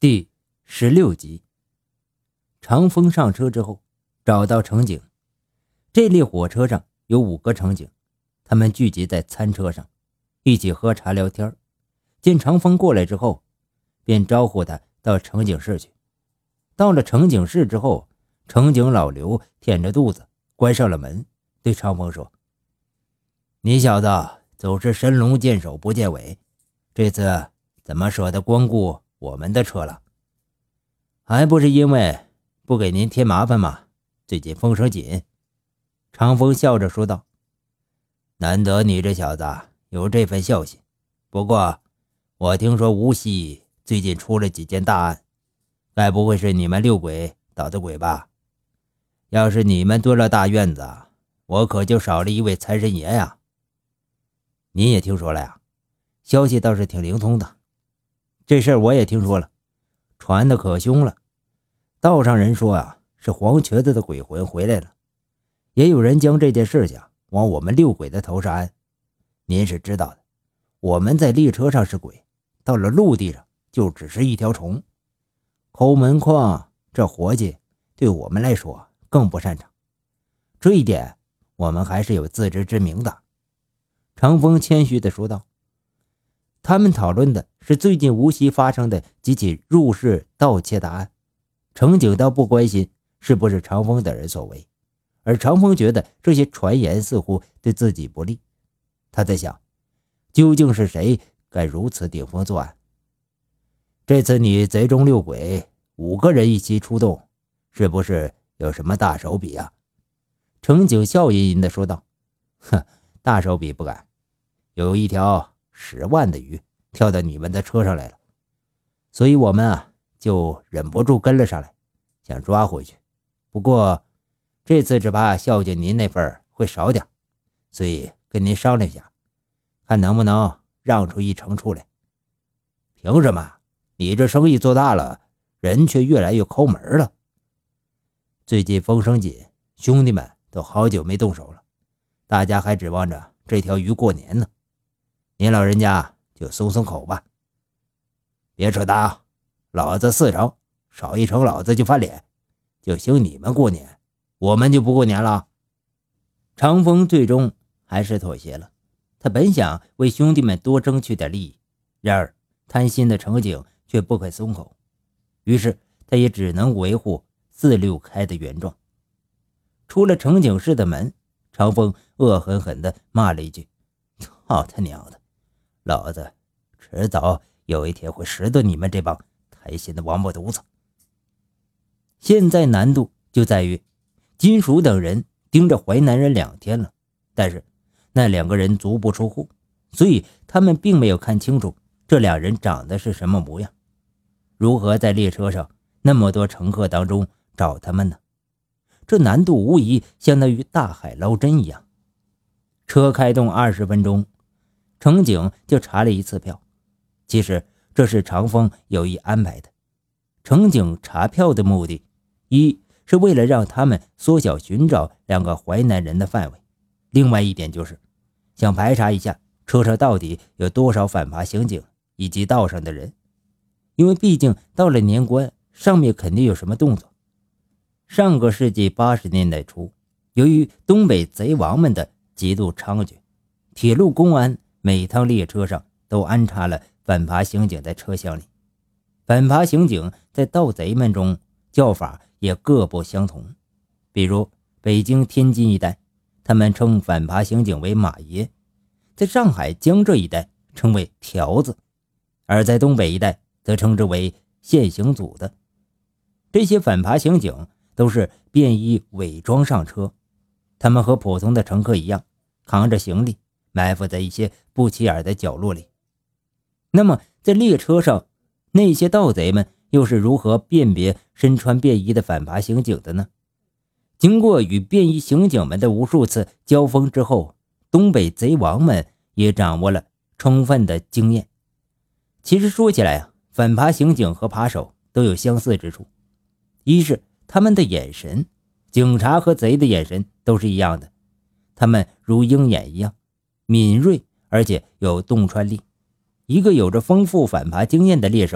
第16集。长风上车之后找到乘警，这列火车上有5个乘警，他们聚集在餐车上一起喝茶聊天。见长风过来之后，便招呼他到乘警室去。到了乘警室之后，乘警老刘舔着肚子关上了门，对长风说：你小子总是神龙见首不见尾，这次怎么舍得光顾我们的车了？还不是因为不给您添麻烦吗？最近风声紧。长风笑着说道：难得你这小子有这份孝心，不过我听说无锡最近出了几件大案，该不会是你们六鬼捣的鬼吧？要是你们蹲了大院子，我可就少了一位财神爷呀。你也听说了呀？消息倒是挺灵通的。这事儿我也听说了，传的可凶了。道上人说啊，是黄瘸子的鬼魂回来了，也有人将这件事情往我们六鬼的头上安。您是知道的，我们在列车上是鬼，到了陆地上就只是一条虫。抠门框这活计对我们来说更不擅长，这一点我们还是有自知之明的。长风谦虚地说道。他们讨论的是最近无锡发生的几起入室盗窃大案，乘警倒不关心是不是长风等人所为，而长风觉得这些传言似乎对自己不利。他在想，究竟是谁敢如此顶风作案？这次你贼中六鬼5个人一起出动，是不是有什么大手笔啊？乘警笑吟吟地说道：哼，大手笔不敢，有一条10万的鱼跳到你们的车上来了，所以我们就忍不住跟了上来，想抓回去。不过这次只怕孝敬您那份会少点，所以跟您商量一下，看能不能让出一成出来。凭什么？你这生意做大了，人却越来越抠门了。最近风声紧，兄弟们都好久没动手了，大家还指望着这条鱼过年呢。您老人家就松松口吧。别扯淡啊，老子4成，少1成老子就翻脸，就兴你们过年，我们就不过年了。长风最终还是妥协了，他本想为兄弟们多争取点利益，然而贪心的乘警却不肯松口，于是他也只能维护4、6开的原状。出了乘警室的门，长风恶狠狠地骂了一句：操他娘的，老子迟早有一天会拾掇你们这帮贪心的王八犊子。现在难度就在于金属等人盯着淮南人2天了，但是那2个人足不出户，所以他们并没有看清楚这2人长得是什么模样。如何在列车上那么多乘客当中找他们呢？这难度无疑相当于大海捞针一样。车开动20分钟，乘警就查了1次票。其实这是长风有意安排的。乘警查票的目的，一是为了让他们缩小寻找2个淮南人的范围，另外一点就是想排查一下车上到底有多少反扒刑警以及道上的人，因为毕竟到了年关，上面肯定有什么动作。上个世纪80年代初，由于东北贼王们的极度猖獗，铁路公安每趟列车上都安插了反扒刑警在车厢里。反扒刑警在盗贼们中叫法也各不相同，比如北京、天津一带，他们称反扒刑警为马爷；在上海、江浙一带称为条子，而在东北一带则称之为现行组的。这些反扒刑警都是便衣伪装上车，他们和普通的乘客一样，扛着行李埋伏在一些不起眼的角落里。那么在列车上，那些盗贼们又是如何辨别身穿便衣的反扒刑警的呢？经过与便衣刑警们的无数次交锋之后，东北贼王们也掌握了充分的经验。其实说起来反扒刑警和扒手都有相似之处，一是他们的眼神，警察和贼的眼神都是一样的，他们如鹰眼一样敏锐，而且有洞穿力。一个有着丰富反扒经验的猎手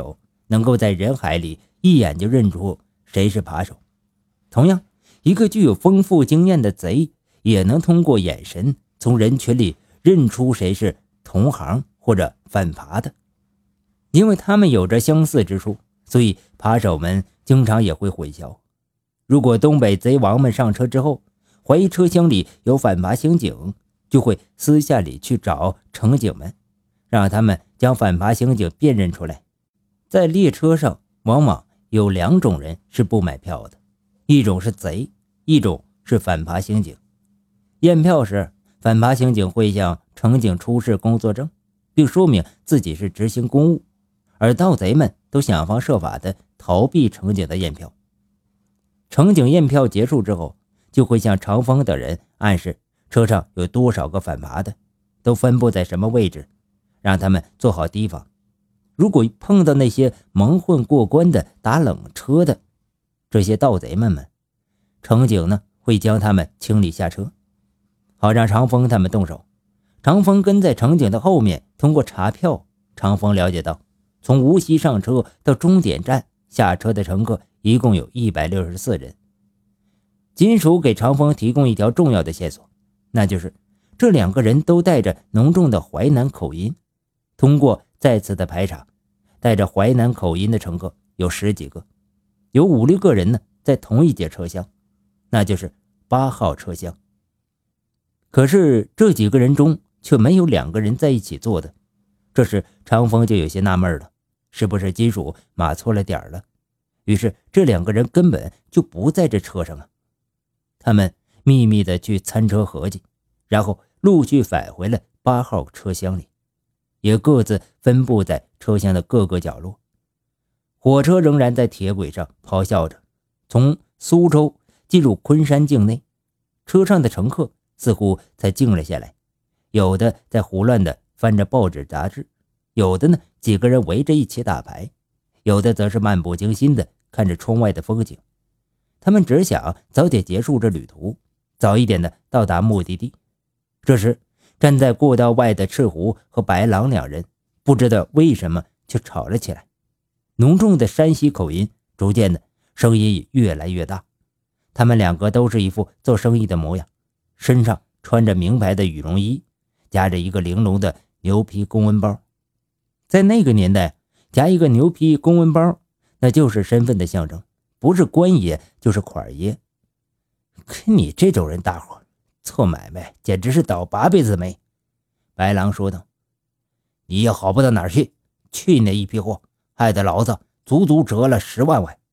能够在人海里一眼就认出谁是扒手。同样，一个具有丰富经验的贼也能通过眼神从人群里认出谁是同行或者反扒的。因为他们有着相似之处，所以扒手们经常也会混淆。如果东北贼王们上车之后，怀疑车厢里有反扒刑警，就会私下里去找乘警们，让他们将反扒刑警辨认出来。在列车上往往有2种人是不买票的，一种是贼，一种是反扒刑警。验票时，反扒刑警会向乘警出示工作证，并说明自己是执行公务，而盗贼们都想方设法地逃避乘警的验票。乘警验票结束之后，就会向长风等人暗示车上有多少个反扒的，都分布在什么位置，让他们做好提防。如果碰到那些蒙混过关的打冷车的这些盗贼们，乘警呢会将他们清理下车，好让长风他们动手。长风跟在乘警的后面，通过查票，长风了解到，从无锡上车到终点站下车的乘客一共有164人。金属给长风提供一条重要的线索，那就是这2个人都带着浓重的淮南口音。通过再次的排查，带着淮南口音的乘客有10几个，有5、6个人呢在同一节车厢，那就是8号车厢。可是这几个人中却没有2个人在一起坐的，这时长风就有些纳闷了，是不是金属码错了点了？于是这2个人根本就不在这车上啊。他们秘密的去餐车合计，然后陆续返回了8号车厢里，也各自分布在车厢的各个角落。火车仍然在铁轨上咆哮着，从苏州进入昆山境内。车上的乘客似乎才静了下来，有的在胡乱的翻着报纸杂志，有的呢几个人围着一起打牌，有的则是漫不经心的看着窗外的风景。他们只想早点结束这旅途，早一点的到达目的地。这时站在过道外的赤狐和白狼2人不知道为什么就吵了起来，浓重的山西口音逐渐的声音也越来越大。他们2个都是一副做生意的模样，身上穿着名牌的羽绒衣，夹着一个玲珑的牛皮公文包。在那个年代，夹一个牛皮公文包那就是身份的象征，不是官爷就是款爷。跟你这种人搭伙做买卖，简直是倒8辈子霉。白狼说道，你也好不到哪儿去，去那一批货，害得老子足足折了10万块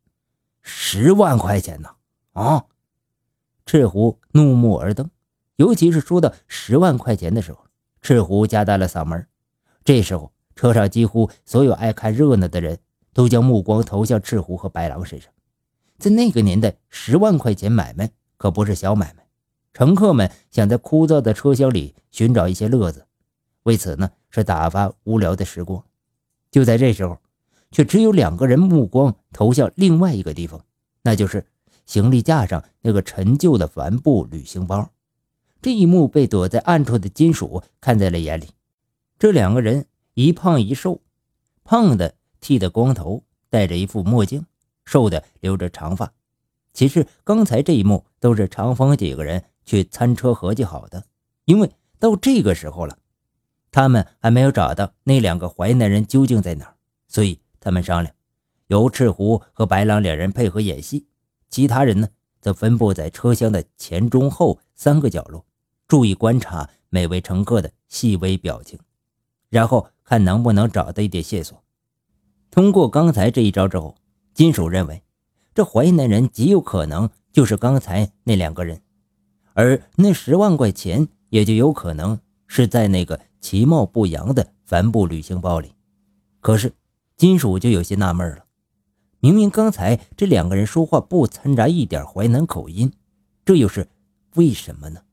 ，10万块钱呢！啊！赤狐怒目而瞪，尤其是说到10万块钱的时候，赤狐加大了嗓门。这时候车上几乎所有爱看热闹的人都将目光投向赤狐和白狼身上。在那个年代，10万块钱买卖可不是小买卖。乘客们想在枯燥的车厢里寻找一些乐子，为此呢是打发无聊的时光。就在这时候，却只有2个人目光投向另外一个地方，那就是行李架上那个陈旧的帆布旅行包。这一幕被躲在暗处的金属看在了眼里。这2个人一胖一瘦，胖的剃得光头，戴着一副墨镜，瘦的留着长发。其实刚才这一幕都是长风几个人去餐车合计好的，因为到这个时候了，他们还没有找到那2个淮南人究竟在哪儿，所以他们商量，由赤狐和白狼2人配合演戏，其他人呢则分布在车厢的前中后3个角落，注意观察每位乘客的细微表情，然后看能不能找到一点线索。通过刚才这一招之后，金属认为这淮南人极有可能就是刚才那2个人，而那10万块钱也就有可能是在那个其貌不扬的帆布旅行包里。可是金属就有些纳闷了，明明刚才这2个人说话不掺杂一点淮南口音，这又是为什么呢？